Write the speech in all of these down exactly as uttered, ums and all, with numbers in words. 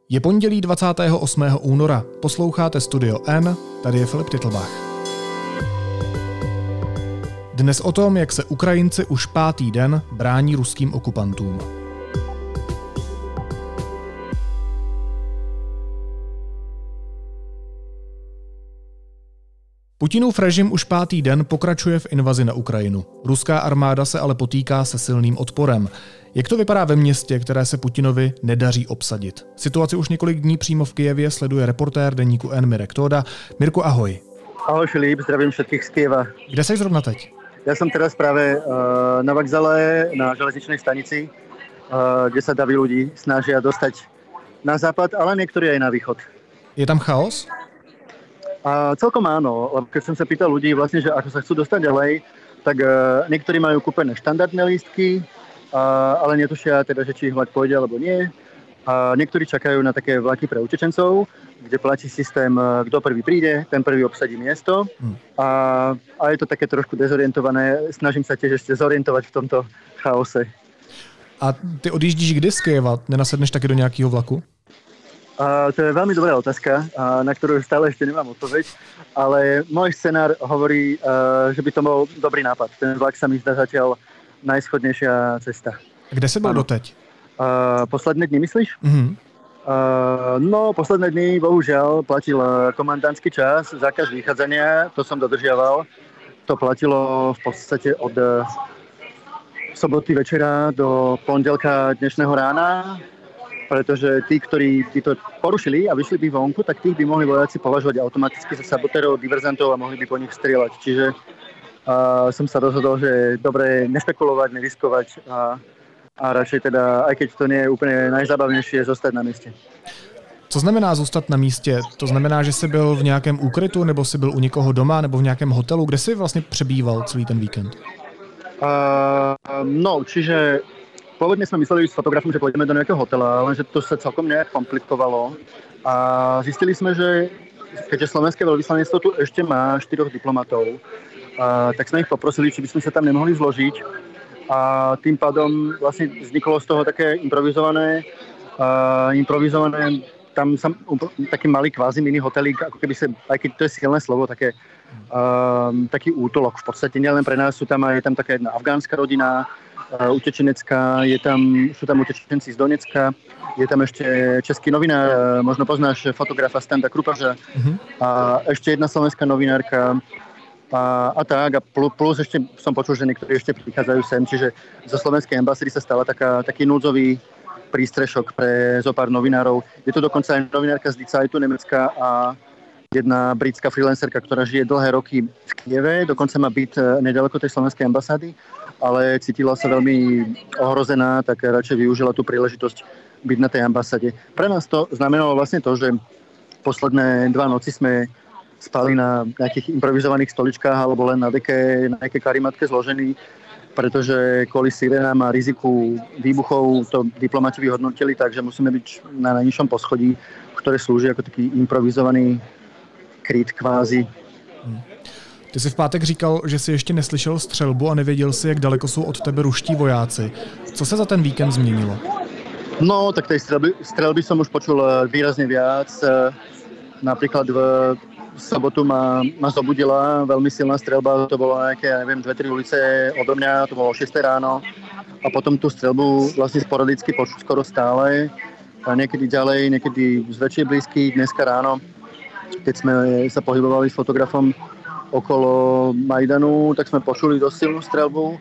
Je pondělí dvacátého osmého února. Posloucháte Studio N, tady je Filip Titlbach. Dnes o tom, jak se Ukrajinci už pátý den brání ruským okupantům. Putinův režim už pátý den pokračuje v invazi na Ukrajinu. Ruská armáda se ale potýká se silným odporem. Jak to vypadá ve městě, které se Putinovi nedaří obsadit? Situaci už několik dní přímo v Kyjevě sleduje reportér deníku N Mirek Tóda. Mirku, ahoj. Ahoj Filip, zdravím všetkých z Kyjeva. Kde jsi zrovna teď? Ja som teraz práve uh, na vokzale, na železničnej stanici, uh, kde sa daví ľudí snažia dostať na západ, ale niektorí aj na východ. Je tam chaos? A celkom áno, keď som sa pýtal ľudí vlastne, že ako sa chcú dostať ďalej, tak uh, niektorí majú kúpené štandardné lístky, uh, ale netušia teda, že či ich vlak pôjde alebo nie. A niektorí čakajú na také vlaky pre utečencov, kde platí systém, kto prvý príde, ten prvý obsadí miesto. Hmm. A, a je to také trošku dezorientované. Snažím sa tiež ešte zorientovať v tomto chaose. A ty odjíždíš kdy z Kyjeva? Nenasedneš taky do nějakého vlaku? A to je veľmi dobrá otázka, a na ktorú stále ešte nemám odpoveď, ale môj scenár hovorí, že by to bol dobrý nápad. Ten vlak sa mi zdá zatiaľ najschodnejšia cesta. A kde si byl doteď? Uh, posledné dny, myslíš? Mm-hmm. Uh, no, posledné dny, bohužiaľ, platil komandánsky čas, zákaz vychádzania, to som dodržiaval. To platilo v podstate od soboty večera do pondelka dnešného rána, pretože tí, ktorí to porušili a vyšli by vonku, tak tých by mohli vojaci považovať automaticky za sabotérov, diverzantov a mohli by po nich strieľať. Čiže uh, som sa rozhodol, že je dobré nešpekulovať, neriskovať a a radšej teda, aj keď to nie je úplně najzábavnější, zůstat na místě. Co znamená zůstat na místě? To znamená, že jsi byl v nějakém úkrytu, nebo jsi byl u někoho doma, nebo v nějakém hotelu? Kde jsi vlastně přebýval celý ten víkend? Uh, no, čiže pôvodne sme mysleli s fotografom, že pôjdeme do nejakého hotela, lenže to sa celkom nejak komplikovalo. A zistili sme, že keďže slovenské veľvyslanectvo tu ešte má štyroch diplomatov, uh, tak sme ich poprosili, či by sme sa tam nemohli zložiť. A tým pádom vlastne vzniklo z toho také improvizované, uh, improvizované tam sam, taký malý kvázi mini hotelík, ako keby sa, aj keď to je silné slovo, také, uh, taký útolok v podstate, nielen pre nás, sú tam aj tam taká jedna afgánska rodina, uh, utečenecká, je tam, sú tam utečenci z Donecka, je tam ešte český novinár, uh, možno poznáš fotografa Standa Krupaža, uh-huh. A ešte jedna slovenská novinárka, A, a tak, a plus ešte som počul, že niektorí ešte prichádzajú sem, čiže zo slovenskej ambasády sa stala taká, taký núdzový prístrešok pre zo pár novinárov. Je to dokonca aj novinárka z Die Zeitu Nemecka a jedna britská freelancerka, ktorá žije dlhé roky v Kyjeve, dokonca má byt nedaleko tej slovenskej ambasády, ale cítila sa veľmi ohrozená, tak radšej využila tú príležitosť byť na tej ambasáde. Pre nás to znamenalo vlastne to, že posledné dva noci sme spali na nejakých improvizovaných stoličkách alebo len na deke, na nejaké karimatke zložený, pretože kvôli sirenám a riziku výbuchov to diplomati vyhodnotili, takže musíme byť na najnižšom poschodí, ktoré slúži ako taký improvizovaný kryt kvázi. Ty jsi v pátek říkal, že jsi ještě neslyšel střelbu a nevěděl si, jak daleko jsou od tebe ruští vojáci. Co se za ten víkend změnilo? No, tak tej strelby, strelby som už počul výrazne viac. Napríklad v V sobotu ma, ma zobudila veľmi silná strelba, to bolo nejaké, ja neviem, dve tri ulice odo mňa, to bolo o šiestej ráno a potom tú strelbu vlastne sporadicky počuť skoro stále a niekedy ďalej, niekedy z väčšej blízky. Dneska ráno, keď sme sa pohybovali s fotografom okolo Majdanu, tak sme počuli dosť silnú strelbu.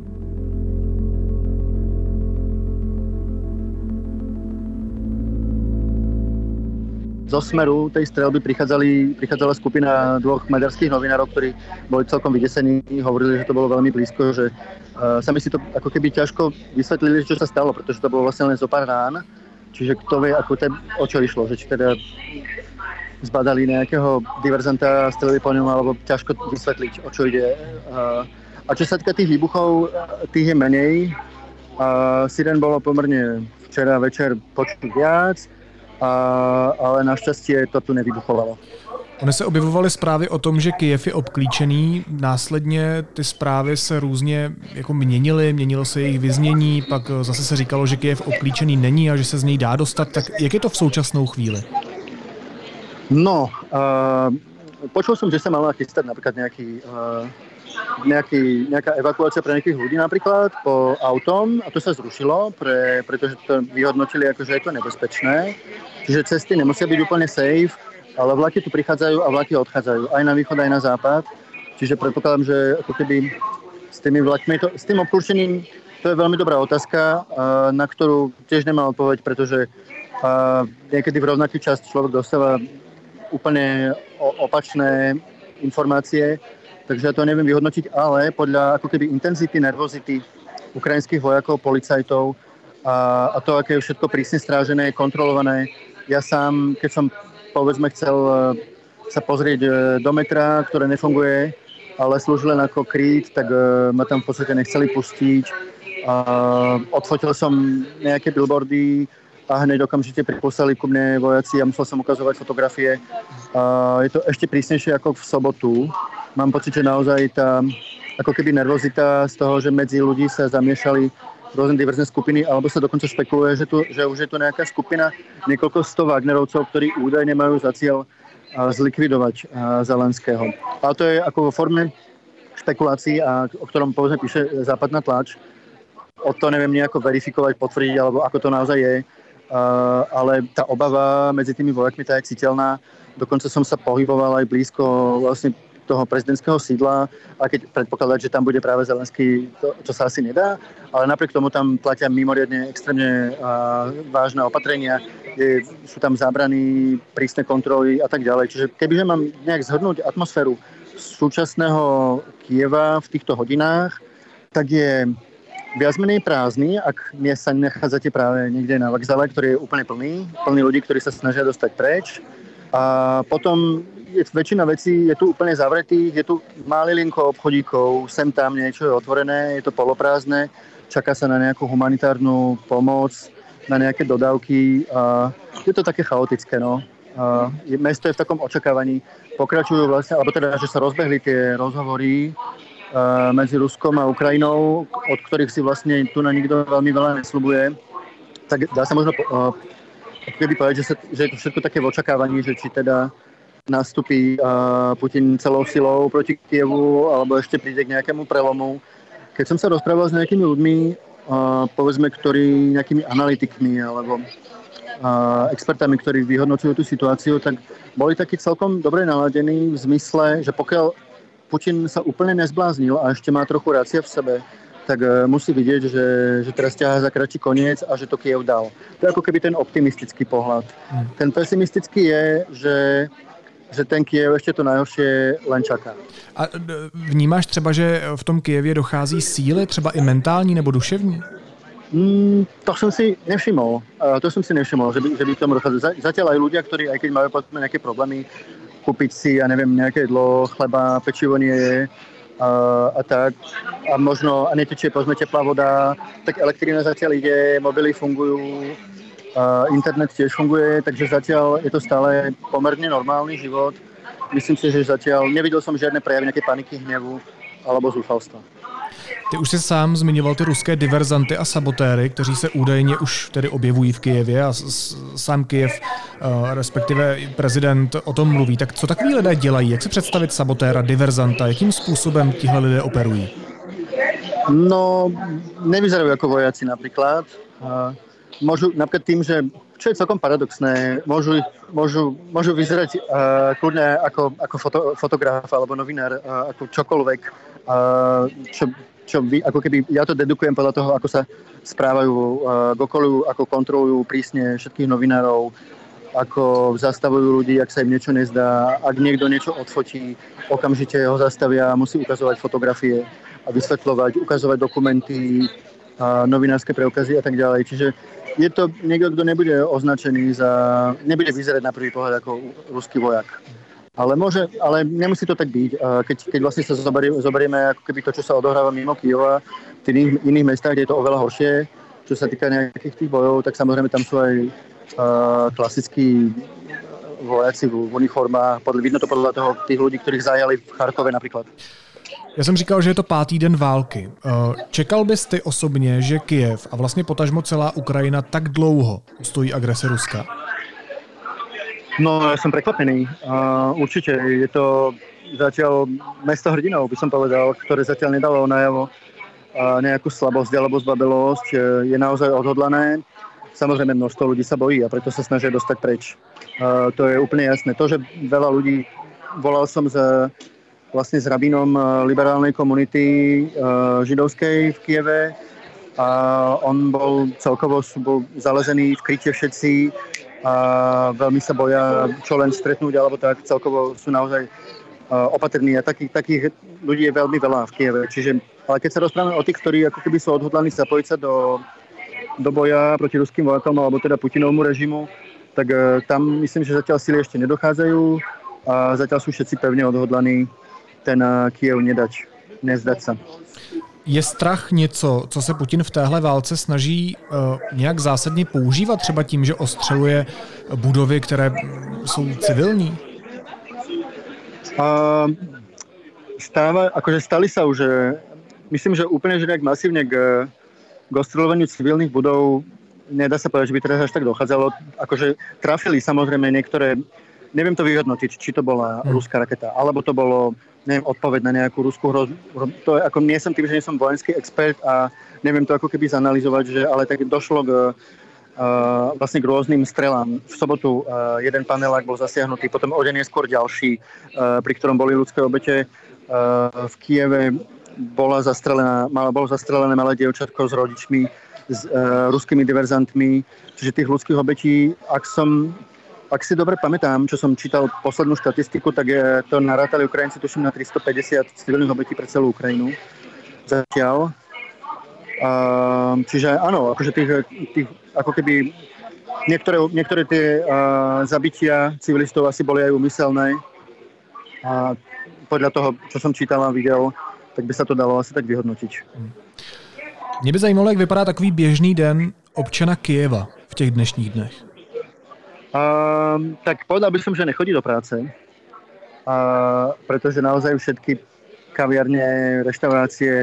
Zo smeru tej strelby prichádzali, prichádzala skupina dvoch maďarských novinárov, ktorí boli celkom vydesení, hovorili, že to bolo veľmi blízko, že uh, sami si to ako keby ťažko vysvetlili, čo sa stalo, pretože to bolo vlastne len zo pár rán, čiže kto vie, ako te, o čo išlo, že či teda zbadali nejakého diverzanta, strelili po ňom, alebo ťažko vysvetliť, o čo ide. Uh, a čo sa týka tých výbuchov, tých je menej. Uh, Siren bolo pomerne včera večer počuť viac, A, ale našťastie to tu nevybuchovalo. Ony se objevovaly zprávy o tom, že Kyjev je obklíčený, následně ty zprávy se různě jako měnily, měnilo se jejich vyznění, pak zase se říkalo, že Kyjev obklíčený není a že se z něj dá dostat. Tak jak je to v současnou chvíli? No, uh, počul som, že sa mala chystať napríklad nejaký, uh, nejaký, nejaká evakuácia pre nejakých ľudí napríklad po autom a to sa zrušilo, pre, pretože to vyhodnotili ako, že je to nebezpečné. Čiže cesty nemusia byť úplne safe, ale vlaky tu prichádzajú a vlaky odchádzajú aj na východ, aj na západ. Čiže predpokladám, že ako keby s tými vlakmi, to, s tým obklúčením, to je veľmi dobrá otázka, uh, na ktorú tiež nemám odpoveď, pretože uh, niekedy v rovnaký čas človek dostáva úplne opačné informácie, takže ja to neviem vyhodnotiť, ale podľa ako keby intenzity, nervozity ukrajinských vojakov, policajtov a, a to, aké je všetko prísne strážené, kontrolované. Ja sám, keď som povedzme chcel sa pozrieť do metra, ktoré nefunguje, ale slúži len ako kryt, tak ma tam v podstate nechceli pustiť. A odfotil som nejaké billboardy, a hneď okamžite pripustili ku mne vojaci a musel som ukazovať fotografie. A je to ešte prísnejšie ako v sobotu. Mám pocit, že naozaj tá ako keby nervozita z toho, že medzi ľudí sa zamiešali rôzne diverzné skupiny, alebo sa dokonca špekuluje, že, tu, že už je tu nejaká skupina, niekoľko sto Wagnerovcov, ktorí údajne majú za cieľ zlikvidovať Zelenského. Ale to je ako vo forme špekulácií, a o ktorom povedzme píše západná tlač. O to neviem nejako verifikovať, potvrdiť, alebo ako to naozaj je. Uh, ale tá obava medzi tými vojakmi tá je citeľná. Dokonca som sa pohyboval aj blízko vlastne toho prezidentského sídla, a keď predpokladať, že tam bude práve Zelenský, to, to sa asi nedá, ale napriek tomu tam platia mimoriadne extrémne uh, vážne opatrenia, je, sú tam zábrany, prísne kontroly a tak ďalej. Čiže kebyže mám nejak zhodnúť atmosféru súčasného Kyjeva v týchto hodinách, tak je viac menej prázdny, ak sa nachádzate práve niekde na vokzále, ktorý je úplne plný, plný ľudí, ktorí sa snažia dostať preč. A potom je väčšina vecí je tu úplne zavretých, je tu málilinko obchodíkov, sem tam niečo je otvorené, je to poloprázdne, čaká sa na nejakú humanitárnu pomoc, na nejaké dodávky. A je to také chaotické, no. A mesto je v takom očakávaní. Pokračujú vlastne, alebo teda, že sa rozbehli tie rozhovory medzi Ruskom a Ukrajinou, od ktorých si vlastne tu na nikto veľmi veľa nesľubuje, tak dá sa možno uh, keby povedať, že, sa, že je to všetko také v očakávaní, že či teda nastupí uh, Putin celou silou proti Kievu, alebo ešte príde k nejakému prelomu. Keď som sa rozprával s nejakými ľuďmi, uh, povedzme, ktorí nejakými analytikmi alebo uh, expertami, ktorí vyhodnocujú tú situáciu, tak boli takí celkom dobre naladení v zmysle, že pokiaľ Putin sa úplne nezbláznil a ešte má trochu rácia v sebe, tak uh, musí vidieť, že, že teraz ťahá za kratší koniec a že to Kyjev dal. To je ako keby ten optimistický pohľad. Hmm. Ten pesimistický je, že, že ten Kyjev ešte to najhoršie len čaká. A vnímáš třeba, že v tom Kyjevě dochází síly, třeba i mentální nebo duševní? Mm, to som si nevšimol. Uh, to som si nevšimol, že by, že by k tomu dochádzalo. Zatiaľ aj ľudia, ktorí aj keď majú potom nejaké problémy, kúpiť si, ja neviem, nejaké jedlo, chleba, pečivo nie je a, a tak. A možno, a netečie povedzme teplá voda, tak elektrina zatiaľ ide, mobily fungujú, a internet tiež funguje, takže zatiaľ je to stále pomerne normálny život. Myslím si, že zatiaľ nevidel som žiadne prejavy nejaké paniky, hnevu alebo zúfalstva. Ty už si sám zmiňoval ty ruské diverzanty a sabotéry, kteří se údajně už tedy objevují v Kyjevě a sám Kyjev, respektive prezident o tom mluví. Tak co takový lidé dělají? Jak si představit sabotéra, diverzanta? Jakým způsobem tihle lidé operují? No, nevyzerajú ako vojaci napríklad. Môžu napríklad tým, že, čo je celkom paradoxné, môžu, môžu, môžu vyzerať uh, kľudne ako, ako foto, fotograf alebo novinár, uh, ako čokoľvek, uh, čo, čo vy, ako keby, ja to dedukujem podľa toho, ako sa správajú uh, k okoliu, ako kontrolujú prísne všetkých novinárov, ako zastavujú ľudí, ak sa im niečo nezdá, ak niekto niečo odfotí, okamžite ho zastavia, musí ukazovať fotografie a vysvetľovať, ukazovať dokumenty, a novinárske preukazy a tak ďalej. Čiže je to niekto, kto nebude označený za, nebude vyzerať na prvý pohľad ako ruský vojak. Ale môže, ale nemusí to tak byť. Keď, keď vlastne sa zoberieme, zoberieme ako keby to, čo sa odohráva mimo Kyjeva, v iných, iných mestách, kde je to oveľa horšie, čo sa týka nejakých tých bojov, tak samozrejme tam sú aj uh, klasickí vojaci v uniformách. Vidno to podle toho těch lidí, kterých zajali v Charkove například. Já jsem říkal, že je to pátý den války. Čekal bys ty osobně, že Kyjev a vlastně potažmo celá Ukrajina tak dlouho stojí agrese Ruska? No, ja som prekvapený. Uh, určite je to zatiaľ mesto hrdinov, by som povedal, ktoré zatiaľ nedalo najavo uh, nejakú slabosť alebo zbabelosť. Je naozaj odhodlané. Samozrejme, množstvo ľudí sa bojí a preto sa snažia dostať preč. Uh, to je úplne jasné. To, že veľa ľudí, volal som s, vlastne s rabínom liberálnej komunity uh, židovskej v Kieve a on bol celkovo bol zalezený v kryte všetci a veľmi sa boja čo len stretnúť alebo tak, celkovo sú naozaj uh, opatrní a takých, takých ľudí je veľmi veľa v Kieve. Čiže, ale keď sa rozprávame o tých, ktorí ako keby sú odhodlaní zapojiť sa do, do boja proti ruským vojakom alebo teda Putinovmu režimu, tak uh, tam myslím, že zatiaľ síly ešte nedochádzajú a zatiaľ sú všetci pevne odhodlaní ten uh, Kyjev nedať, nezdať sa. Je strach něco, co se Putin v téhle válce snaží uh, nějak zásadně používat, třeba tím, že ostřeluje budovy, které jsou civilní? Uh, stáva, akože stali sa už, myslím, že úplne že nejak masívne k, k ostreľovaniu civilných budov nedá sa povedať, že by teraz až tak dochádzalo. Akože trafili samozrejme niektoré, neviem to vyhodnotiť, či to bola hmm. ruská raketa, alebo to bolo neviem, odpoveď na nejakú ruskú hrozbu. To je, ako nie som tým, že nie som vojenský expert a neviem to ako keby zanalizovať, že, ale tak došlo k, uh, vlastne k rôznym strelám. V sobotu uh, jeden panelák bol zasiahnutý, potom o deň neskôr ďalší, uh, pri ktorom boli ľudské obete. Uh, v Kyjeve bola zastrelená, bolo zastrelené malé dievčatko s rodičmi, s uh, ruskými diverzantmi. Čiže tých ľudských obetí, ak som Ak si dobre pamätám, čo som čítal poslednú štatistiku, tak je to narátali Ukrajinci tuším na tristopäťdesiat civilných obetí pre celú Ukrajinu. Zatiaľ. Uh, čiže áno, akože tých, tých ako keby niektoré, niektoré tie uh, zabitia civilistov asi boli aj úmyselné. A podľa toho, čo som čítal a videl, tak by sa to dalo asi tak vyhodnotiť. Mě by zajímalo, jak vypadá takový běžný den občana Kyjeva v těch dnešních dnech. Uh, tak povedal by som, že nechodí do práce, uh, pretože naozaj všetky kaviarne, reštaurácie,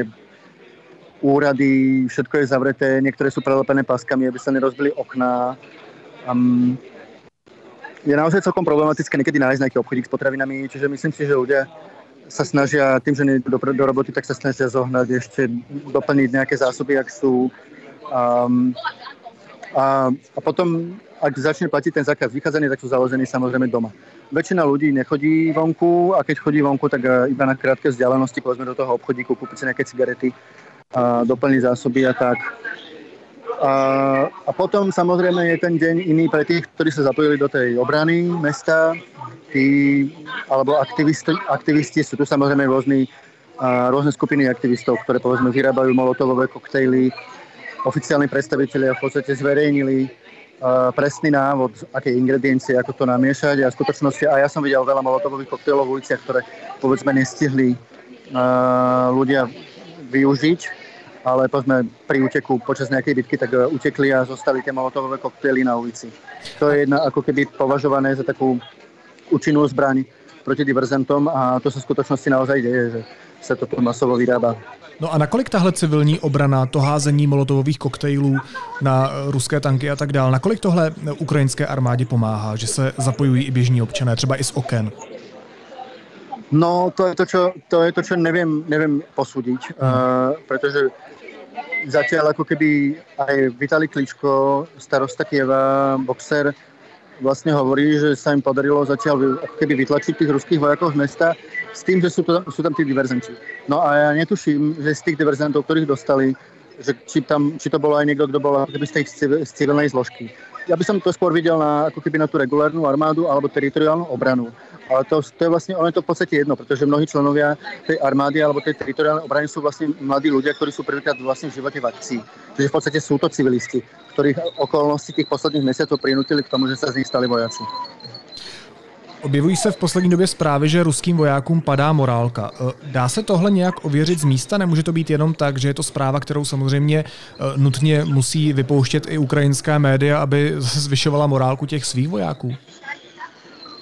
úrady, všetko je zavreté, niektoré sú prelepené páskami, aby sa nerozbili okná. Um, je naozaj celkom problematické niekedy nájsť nejaký obchodík s potravinami, čiže myslím si, že ľudia sa snažia, tým, že nejdu do, do roboty, tak sa snažia zohnať ešte, doplniť nejaké zásoby, ak sú. Um, a, a potom ak začne platiť ten zákaz vychádzaní, tak sú založení samozrejme doma. Väčšina ľudí nechodí vonku a keď chodí vonku, tak iba na krátke vzdialenosti, povedzme do toho obchodíku, kúpiť si nejaké cigarety, a doplniť zásoby a tak. A, a potom samozrejme je ten deň iný pre tých, ktorí sa zapojili do tej obrany mesta, tí, alebo aktivisti, aktivisti sú tu samozrejme rôzny, a, rôzne skupiny aktivistov, ktoré povedzme vyrábajú molotovové koktejly. Oficiálni predstavitelia v podstate zverejnili uh, presný návod, aké ingrediencie, ako to namiešať a v skutočnosti, a ja som videl veľa molotovových koktejlov v uliciach, ktoré povedzme nestihli uh, ľudia využiť, ale povedzme pri úteku počas nejakej bitky, tak uh, utekli a zostali tie molotovové koktejly na ulici. To je jedna ako keby považované za takú účinnú zbraň proti diverzentom a to sa v skutočnosti naozaj deje, že sa to masovo vyrába. No a nakolik tahle civilní obrana, to házení molotovových koktejlů na ruské tanky a tak dál, nakolik tohle ukrajinské armádě pomáhá, že se zapojují i běžní občané, třeba i z oken? No, to je to, čo, to, je to, čo neviem, neviem posúdiť, hmm. uh, pretože zatiaľ ako keby aj Vitali Kličko, starosta Kieva, boxer, vlastne hovorí, že sa im podarilo zatiaľ ako keby vytlačiť tých ruských vojakov z mesta s tým, že sú, to, sú tam tí diverzenti. No a ja netuším, že z tých diverzentov, ktorých dostali, že či, tam, či to bolo aj niekto, kto bol ako keby z tej z civilnej zložky. Ja by som to skôr videl na, ako keby na tú regulárnu armádu alebo teritoriálnu obranu. Ale to, to je vlastne, ono je to v podstate jedno, pretože mnohí členovia tej armády alebo tej teritoriálnej obrany sú vlastne mladí ľudia, ktorí sú prvýkrát vlastne v živote v akcii. Čiže v podstate sú to civilisti, ktorých okolnosti tých posledných mesiacov prinútili k tomu, že sa z nich stali vojaci. Objevují se v poslední době zprávy, že ruským vojákům padá morálka. Dá se tohle nějak ověřit z místa? Nemůže to být jenom tak, že je to zpráva, kterou samozřejmě nutně musí vypouštět i ukrajinská média, aby zvyšovala morálku těch svých vojáků?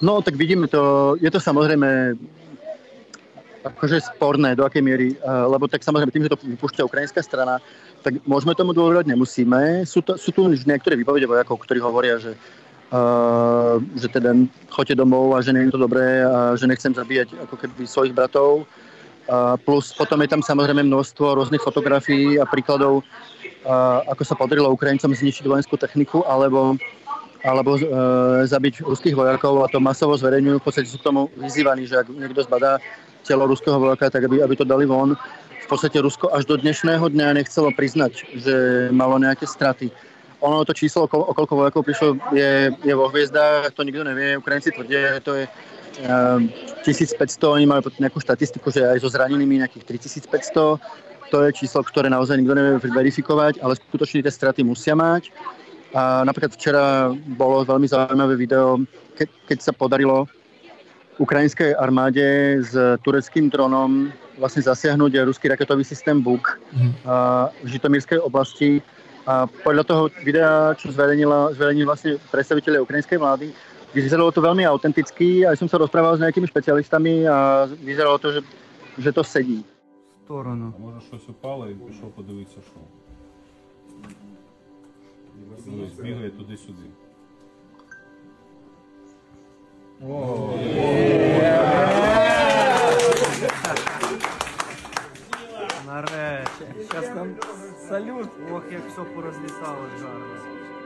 No, tak vidíme to, je to samozrejme akože sporné, do akej miery, lebo tak samozrejme tým, že to vypúšťa ukrajinská strana, tak môžeme tomu dôverovať, nemusíme. Sú, to, sú tu už niektoré výpovede vojakov, ktorí hovoria, že, uh, že teda choďte domov a že nie je to dobré a že nechcem zabíjať ako keby svojich bratov. Uh, plus potom je tam samozrejme množstvo rôznych fotografií a príkladov, uh, ako sa podarilo Ukrajincom zničiť vojenskú techniku alebo alebo e, zabiť ruských vojakov a to masovo zverejňujú. V podstate sú k tomu vyzývaní, že ak niekto zbadá telo ruského vojaka, tak aby, aby to dali von. V podstate Rusko až do dnešného dňa nechcelo priznať, že malo nejaké straty. Ono to číslo, o koľko vojakov prišlo, je, je vo hviezdách, to nikto nevie. Ukrajinci tvrdia, že to je e, tisícpäťsto, oni majú nejakú štatistiku, že aj so zranenými nejakých tritisícpäťsto. To je číslo, ktoré naozaj nikto nevie verifikovať, ale skutočne tie straty musia mať. A napríklad včera bolo veľmi zaujímavé video, ke, keď sa podarilo ukrajinskej armáde s tureckým dronom vlastne zasiahnuť ruský raketový systém Buk mm. v Žitomírskej oblasti. A podľa toho videa, čo zverejnila, zverejnili vlastne predstavitelia ukrajinskej vlády, vyzeralo to veľmi autenticky. Aj som sa rozprával s nejakými špecialistami a vyzeralo to, že, že to sedí. Сторону. Може щось упало і пішов подивитися, що. Бігає туди-сюди. Нарешті. Зараз нам салют. Ох, як все порозлітало жарко.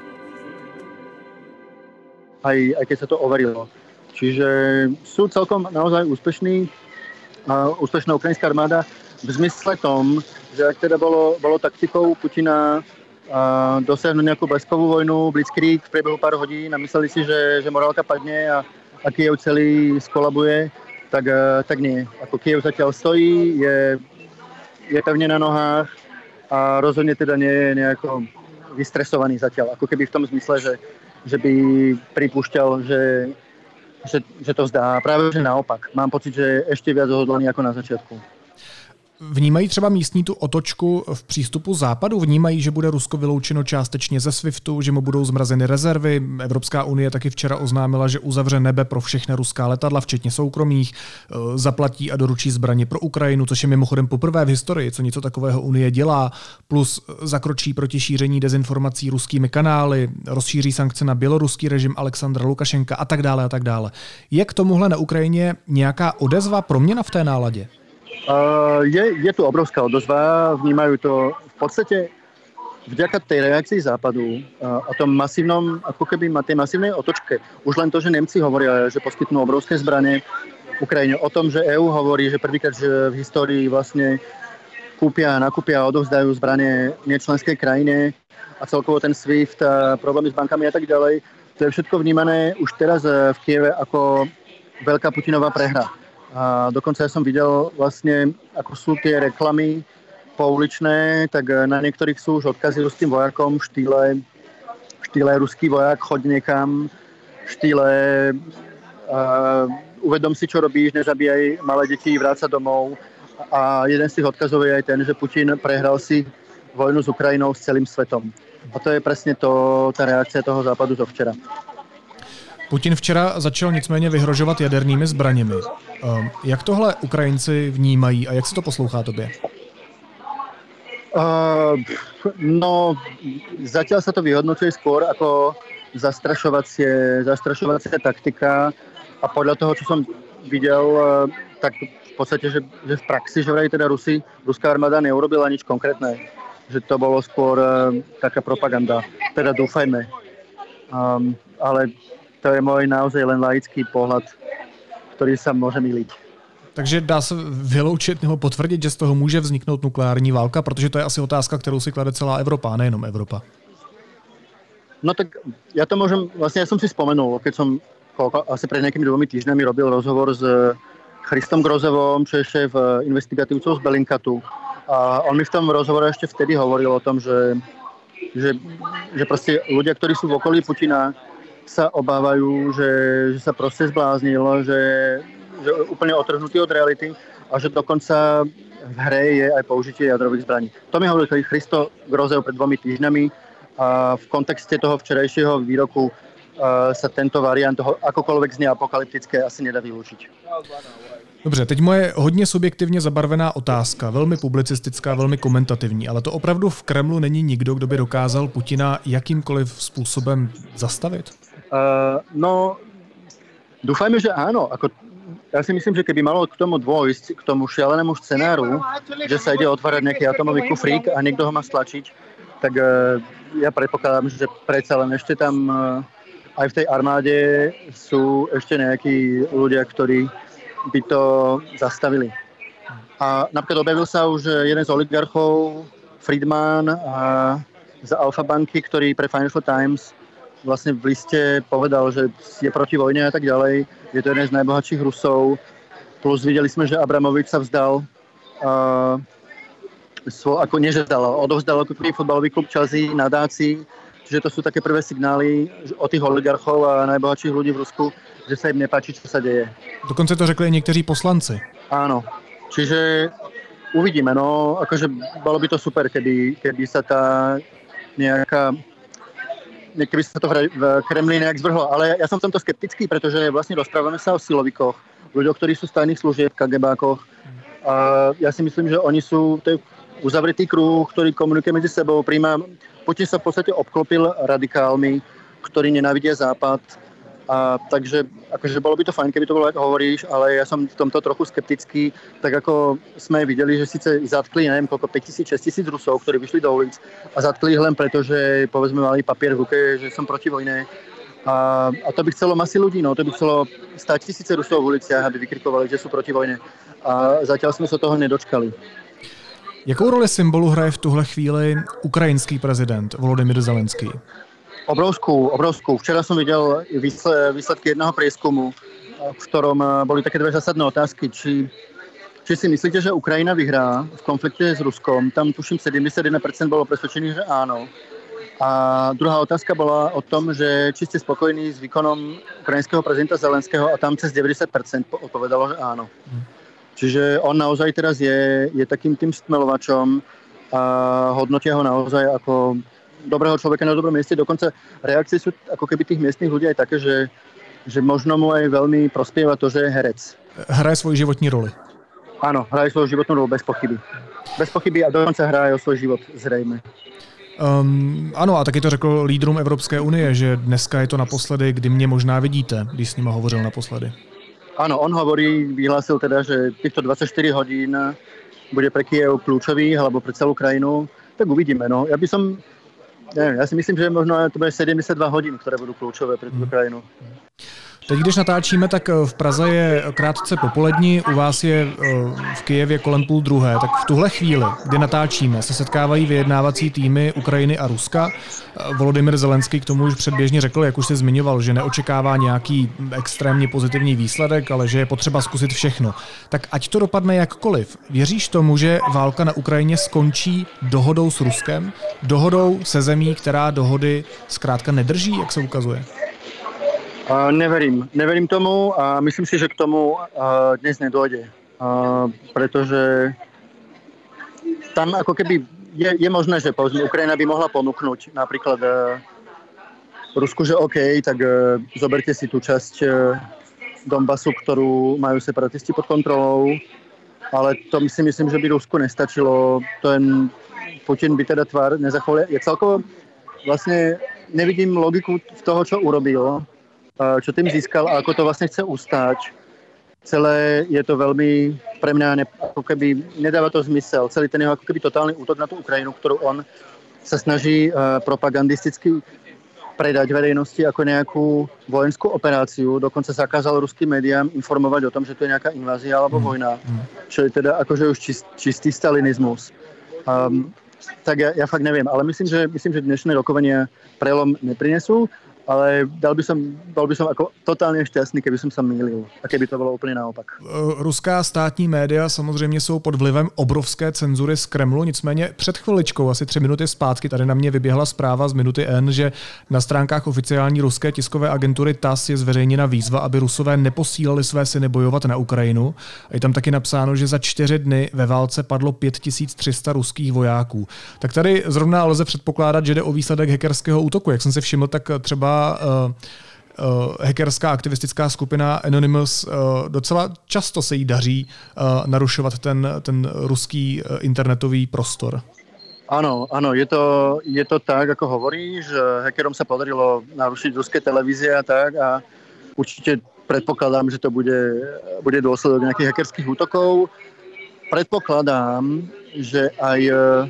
Aj, aj keď sa to overilo. Čiže sú celkom naozaj úspešní, uh, úspešná ukrajinská armáda v zmysle tom, že ak teda bolo, bolo taktikou Putina a dosiahnuť nejakú bleskovú vojnu, blitzkrieg v priebehu pár hodín a mysleli si, že, že morálka padne a, a Kyjev celý skolabuje, tak, tak nie. Ako Kyjev zatiaľ stojí, je, je pevne na nohách a rozhodne teda nie je nejako vystresovaný zatiaľ. Ako keby v tom zmysle, že, že by pripúšťal, že, že, že to vzdá. Práve že naopak. Mám pocit, že ešte viac odhodlaný ako na začiatku. Vnímají třeba místní tu otočku v přístupu západu? Vnímají, že bude Rusko vyloučeno částečně ze SWIFTu, že mu budou zmrazeny rezervy? Evropská unie taky včera oznámila, že uzavře nebe pro všechna ruská letadla, včetně soukromých, zaplatí a doručí zbraně pro Ukrajinu, což je mimochodem poprvé v historii, co něco takového unie dělá, plus zakročí proti šíření dezinformací ruskými kanály, rozšíří sankce na běloruský režim Alexandra Lukašenka a tak dále a tak dále. Je k tomuhle na Ukrajině nějaká odezva, proměna v té náladě? Uh, je, je tu obrovská odozva, vnímajú to v podstate vďaka tej reakcii západu uh, a tom masívnom, ako keby na tej masívnej otočke. Už len to, že Nemci hovoria, že poskytnú obrovské zbrane Ukrajine, o tom, že é ú hovorí, že prvýkrát že v histórii vlastne kúpia, nakúpia a odovzdajú zbrane nečlenskej krajine a celkovo ten SWIFT a problémy s bankami a tak ďalej. To je všetko vnímané už teraz v Kieve ako veľká Putinová prehra. A dokonca ja som videl vlastne, ako sú tie reklamy pouličné, tak na niektorých sú už odkazy ruským vojakom v štýle, v štýle ruský vojak, choď niekam, v štýle uh, uvedom si, čo robíš, nezabíjaj malé deti, vráť sa domov. A jeden z tých odkazov je aj ten, že Putin prehral si vojnu s Ukrajinou s celým svetom. A to je presne to, tá reakcia toho západu zo včera. Putin včera začal nicméně vyhrožovat jadernými zbraněmi. Jak tohle Ukrajinci vnímají a jak se to poslouchá tobě? Uh, no, zatiaľ sa to vyhodnocuje skôr ako zastrašovacie, zastrašovacia taktika a podľa toho, čo som videl, tak v podstate, že, že v praxi, že vraj teda Rusi, ruská armáda neurobila nič konkrétne. Že to bolo skôr uh, taká propaganda. Teda dúfajme. Um, ale to je môj naozaj len laický pohľad, ktorý sa môže myliť. Takže dá se vyloučit nebo potvrdit, že z toho může vzniknout nukleární válka, protože to je asi otázka, kterou si klade celá Evropa, a nejenom Evropa. No tak ja to môžem, vlastne ja som si spomenul, keď som koľko, asi pred nejakými dvomi týždňami robil rozhovor s Christom Grozevom, čo je šéf investigatívcov z Bellingcatu. A on mi v tom rozhovore ešte vtedy hovoril o tom, že, že, že proste ľudia, ktorí sú v okolí Putina, sa obávajú, že, že sa proste zbláznil, že, že úplne otrhnutý od reality a že dokonca v hre je aj použitie jadrových zbraní. To mi hovoril Christo Grozev pred dvomi týždňami a v kontexte toho včerajšieho výroku sa tento variant toho akokoľvek znie apokalyptické asi nedá vylúčiť. Dobře, teď moje hodně subjektivně zabarvená otázka, velmi publicistická, velmi komentativní, ale to opravdu v Kremlu není nikdo, kdo by dokázal Putina jakýmkoliv způsobem zastavit? Uh, no, dúfajme, že áno. Ako, ja si myslím, že keby malo k tomu dôjsť, k tomu šialenému scenáru, že sa ide otvárať nejaký atomový kufrík a niekto ho má stlačiť, tak uh, ja predpokladám, že predsa len ešte tam uh, aj v tej armáde sú ešte nejakí ľudia, ktorí by to zastavili. A napríklad objavil sa už jeden z oligarchov, Friedman a z Alfa banky, ktorý pre Financial Times vlastne v liste povedal, že je proti vojne a tak ďalej. Je to jeden z najbohatších Rusov. Plus videli sme, že Abramovič sa vzdal uh, svo, ako nie, že vzdal, odovzdal ako futbalový klub Chelsea nadácii. Čiže to sú také prvé signály od tých oligarchov a najbohatších ľudí v Rusku, že sa im nepáči, čo sa deje. Dokonce to řekli i někteří poslanci. Áno, čiže uvidíme, no, akože bolo by to super, keby, keby sa tá nejaká, keby sa to v Kremli nejak zvrhlo, ale ja som v tomto skeptický, pretože vlastne rozprávame sa o silovikoch, ľuďoch, ktorí sú z tajných služieb, KGBákoch. A ja si myslím, že oni sú, to je uzavretý kruh, ktorý komunikuje medzi sebou, príjma. Putin sa v podstate obklopil radikálmi, ktorí nenávidia Západ. A takže akože bolo by to fajn, keby to bolo, ako hovoríš, ale ja som v tomto trochu skeptický. Tak ako sme videli, že síce zatkli, neviem koľko, päťtisíc, šesťtisíc Rusov, ktorí vyšli do ulic a zatkli ich len preto, že povedzme mali papier v ruke, že som proti vojne. A, a to by chcelo masy ľudí, no to by chcelo stáť tisíce Rusov v uliciach, aby vykrikovali, že sú proti vojne. A zatiaľ sme sa toho nedočkali. Jakou roli symbolu hraje v tuhle chvíli ukrajinský prezident Volodymyr Zelenský? Obrovskú, obrovskú. Včera som videl výsledky jedného prieskumu, v ktorom boli také dve zásadné otázky. Či, či si myslíte, že Ukrajina vyhrá v konflikte s Ruskom? Tam tuším sedemdesiatjeden percent bolo presvedčených, že áno. A druhá otázka bola o tom, že či ste spokojní s výkonom ukrajinského prezidenta Zelenského a tam cez deväťdesiat percent odpovedalo, že áno. Hmm. Čiže on naozaj teraz je, je takým tým stmelovačom a hodnotia ho naozaj ako dobrého človeka na dobrom mieste. Dokonca reakcie sú ako keby tých miestnych ľudí aj také, že, že možno mu aj veľmi prospieva to, že je herec. Hraje svoji životní roli. Áno, hraje svoju životnú rolu bez pochyby. Bez pochyby a dokonca hraje o svoj život zrejme. Um, ano, a taky to řekl lídrům Evropské unie, že dneska je to naposledy, kdy mě možná vidíte, když s nima hovořil naposledy. Áno, on hovorí, vyhlásil teda, že týchto dvadsaťštyri hodín bude pre Kyjev kľúčový, alebo pre celú krajinu. Tak uvidíme, no. Ja by som, neviem, ja si myslím, že možno to bude sedemdesiatdva hodín, ktoré budú kľúčové pre túto krajinu. Teď, když natáčíme, tak v Praze je krátce popolední, u vás je v Kyjevě kolem půl druhé. Tak v tuhle chvíli, kdy natáčíme, se setkávají vyjednávací týmy Ukrajiny a Ruska. Volodymyr Zelenský k tomu už předběžně řekl, jak už se zmiňoval, že neočekává nějaký extrémně pozitivní výsledek, ale že je potřeba zkusit všechno. Tak ať to dopadne jakkoliv, věříš tomu, že válka na Ukrajině skončí dohodou s Ruskem? Dohodou se zemí, která dohody zkrátka nedrží, jak se ukazuje? Uh, neverím. Neverím tomu a myslím si, že k tomu uh, dnes nedôjde. Uh, pretože tam ako keby je, je možné, že povedzme, Ukrajina by mohla ponúknuť napríklad uh, Rusku, že OK, tak uh, zoberte si tú časť uh, Donbasu, ktorú majú separatisti pod kontrolou, ale to si myslím, že by Rusku nestačilo. Ten Putin by teda tvár nezachoval. Ja celkovo vlastne nevidím logiku v toho, čo urobil, čo tým získal a ako to vlastne chce ustáť. Celé je to veľmi pre mňa ne, ako keby nedáva to zmysel. Celý ten jeho ako keby totálny útok na tú Ukrajinu, ktorú on sa snaží uh, propagandisticky predať verejnosti ako nejakú vojenskú operáciu. Dokonca zakázal ruským médiám informovať o tom, že to je nejaká invázia alebo vojna. Čo je teda akože už čist, čistý stalinizmus. Um, tak ja, ja fakt neviem, ale myslím, že, myslím, že dnešné rokovania prelom neprinesú. Ale dal by som, bol by som ako totálně šťastný, keby som sa mýlil a keby to bylo úplně naopak. Ruská státní média samozřejmě jsou pod vlivem obrovské cenzury z Kremlu, nicméně před chviličkou, asi tři minuty zpátky, tady na mě vyběhla zpráva z minuty N, že na stránkách oficiální ruské tiskové agentury T A S S je zveřejněna výzva, aby Rusové neposílali své syny bojovat na Ukrajinu. A je tam taky napsáno, že za čtyři dny ve válce padlo pět tisíc tři sta ruských vojáků. Tak tady zrovna lze předpokládat, že jde o výsledek hackerského útoku. Jak jsem si všiml, tak třeba uh, hackerská aktivistická skupina Anonymous, uh, docela často se jí daří uh, narušovat ten, ten ruský uh, internetový prostor. Áno, áno, je to, je to tak, ako hovoríš, že hackerom sa podarilo narušiť ruské televízie a tak a určite predpokladám, že to bude, bude dôsledok nejakých hackerských útokov. Predpokladám, že aj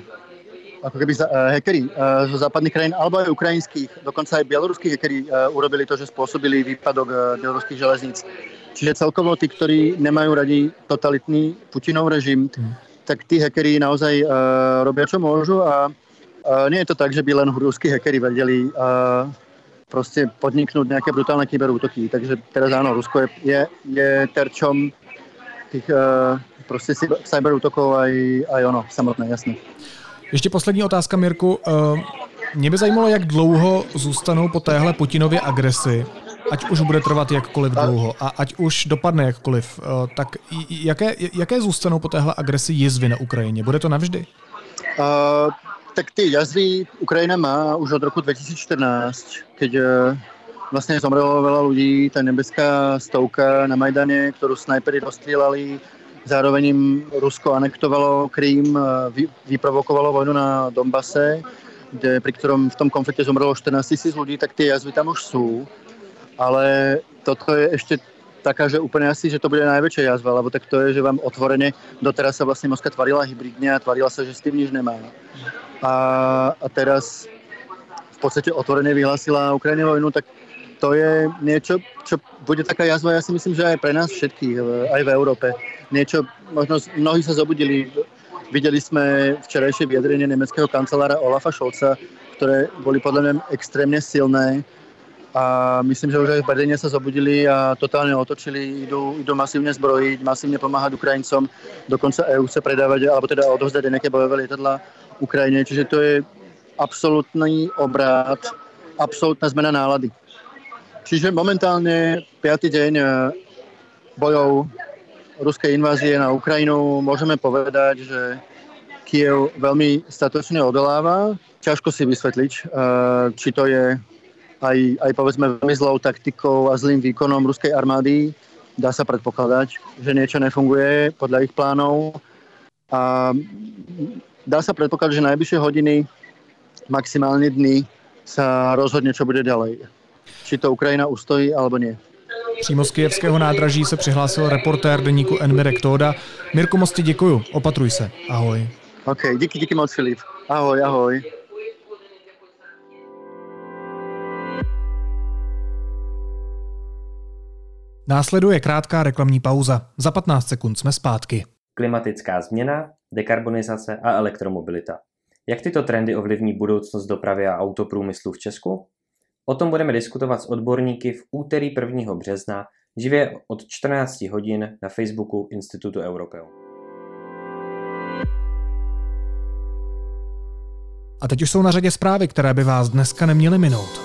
ako keby hackeri zo západných krajín, alebo aj ukrajinských, dokonca aj bieloruskí hackeri urobili to, že spôsobili výpadok bieloruských železníc. Čiže celkovo tí, ktorí nemajú radi totalitný Putinov režim, hmm. tak tí hackeri naozaj uh, robia, čo môžu a uh, nie je to tak, že by len ruskí hackeri vedeli uh, proste podniknúť nejaké brutálne kyberútoky. Takže teraz áno, Rusko je, je, je terčom tých uh, proste cyberútokov aj, aj ono samotné, jasné. Ještě poslední otázka, Mirku. Mě by zajímalo, jak dlouho zůstanou po téhle Putinově agresi, ať už bude trvat jakkoliv dlouho a ať už dopadne jakkoliv, tak jaké, jaké zůstanou po téhle agresi jizvy na Ukrajině? Bude to navždy? Uh, tak ty jazvy Ukrajina má už od roku dvetisícštrnásť, keď uh, vlastne zomrelo veľa ľudí, tá nebeská stovka na Majdane, ktorú snajperi rozstrieľali. Zároveň im Rusko anektovalo Krím, vyprovokovalo vojnu na Donbase, kde, pri ktorom v tom konflikte zomrelo štrnásť tisíc ľudí, tak tie jazvy tam už sú. Ale toto je ešte taká, že úplne asi, že to bude najväčšia jazva, lebo tak to je, že vám otvorene, doteraz sa vlastne Moskva tvarila hybridne a tvarila sa, že s tým nič nemá. A, a teraz v podstate otvorene vyhlásila Ukrajine vojnu, tak to je niečo, čo bude taká jazva, ja si myslím, že aj pre nás všetkých, aj v Európe. Niečo, možno mnohí sa zobudili, videli sme včerajšie vyjadrenie nemeckého kancelára Olafa Scholza, ktoré boli podľa mňa extrémne silné a myslím, že už aj v Berlíne sa zobudili a totálne otočili, idú, idú masívne zbrojiť, masívne pomáhať Ukrajincom, dokonca é ú chce predávať, alebo teda odovzdať nejaké bojové lietadlá Ukrajine, čiže to je absolútny obrát, absolútna zmena nálady. Čiže momentálne piaty deň bojov ruskej invázie na Ukrajinu môžeme povedať, že Kyjev veľmi statočne odoláva. Ťažko si vysvetliť, či to je aj, aj povedzme veľmi zlou taktikou a zlým výkonom ruskej armády. Dá sa predpokladať, že niečo nefunguje podľa ich plánov. A dá sa predpokladať, že najbližšie hodiny, maximálne dny sa rozhodne, čo bude ďalej. Či to Ukrajina ustojí, alebo nie. Přímo z kyjevského nádraží se přihlásil reportér deníku N Mirek Tóda. Mirku, moc ti děkuju. Opatruj se. Ahoj. OK, díky, díky moc, Filip. Ahoj, ahoj. Následuje krátká reklamní pauza. Za patnáct sekund jsme zpátky. Klimatická změna, dekarbonizace a elektromobilita. Jak tyto trendy ovlivní budoucnost dopravy a autoprůmyslu v Česku? O tom budeme diskutovat s odborníky v úterý prvního března živě od čtrnáct hodin na Facebooku Institutu Europeo. A teď už jsou na řadě zprávy, které by vás dneska neměly minout.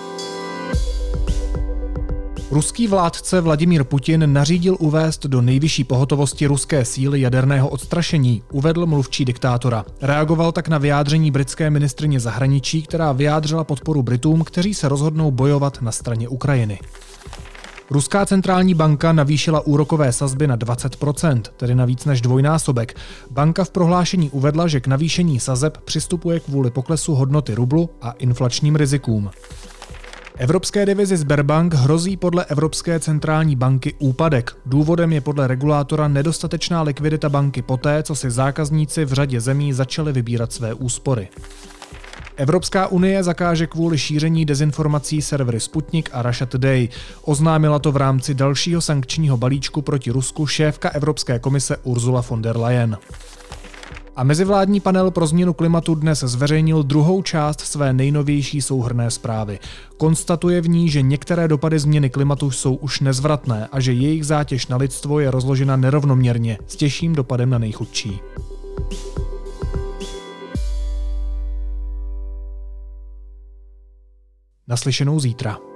Ruský vládce Vladimír Putin nařídil uvést do nejvyšší pohotovosti ruské síly jaderného odstrašení, uvedl mluvčí diktátora. Reagoval tak na vyjádření britské ministryně zahraničí, která vyjádřila podporu Britům, kteří se rozhodnou bojovat na straně Ukrajiny. Ruská centrální banka navýšila úrokové sazby na dvacet procent, tedy na víc než dvojnásobek. Banka v prohlášení uvedla, že k navýšení sazeb přistupuje kvůli poklesu hodnoty rublu a inflačním rizikům. Evropské divizi Sberbank hrozí podle Evropské centrální banky úpadek. Důvodem je podle regulátora nedostatečná likvidita banky poté, co si zákazníci v řadě zemí začali vybírat své úspory. Evropská unie zakáže kvůli šíření dezinformací servery Sputnik a Russia Today. Oznámila to v rámci dalšího sankčního balíčku proti Rusku šéfka Evropské komise Ursula von der Leyen. A mezivládní panel pro změnu klimatu dnes zveřejnil druhou část své nejnovější souhrnné zprávy. Konstatuje v ní, že některé dopady změny klimatu jsou už nezvratné a že jejich zátěž na lidstvo je rozložena nerovnoměrně, s těžším dopadem na nejchudší. Naslyšenou zítra.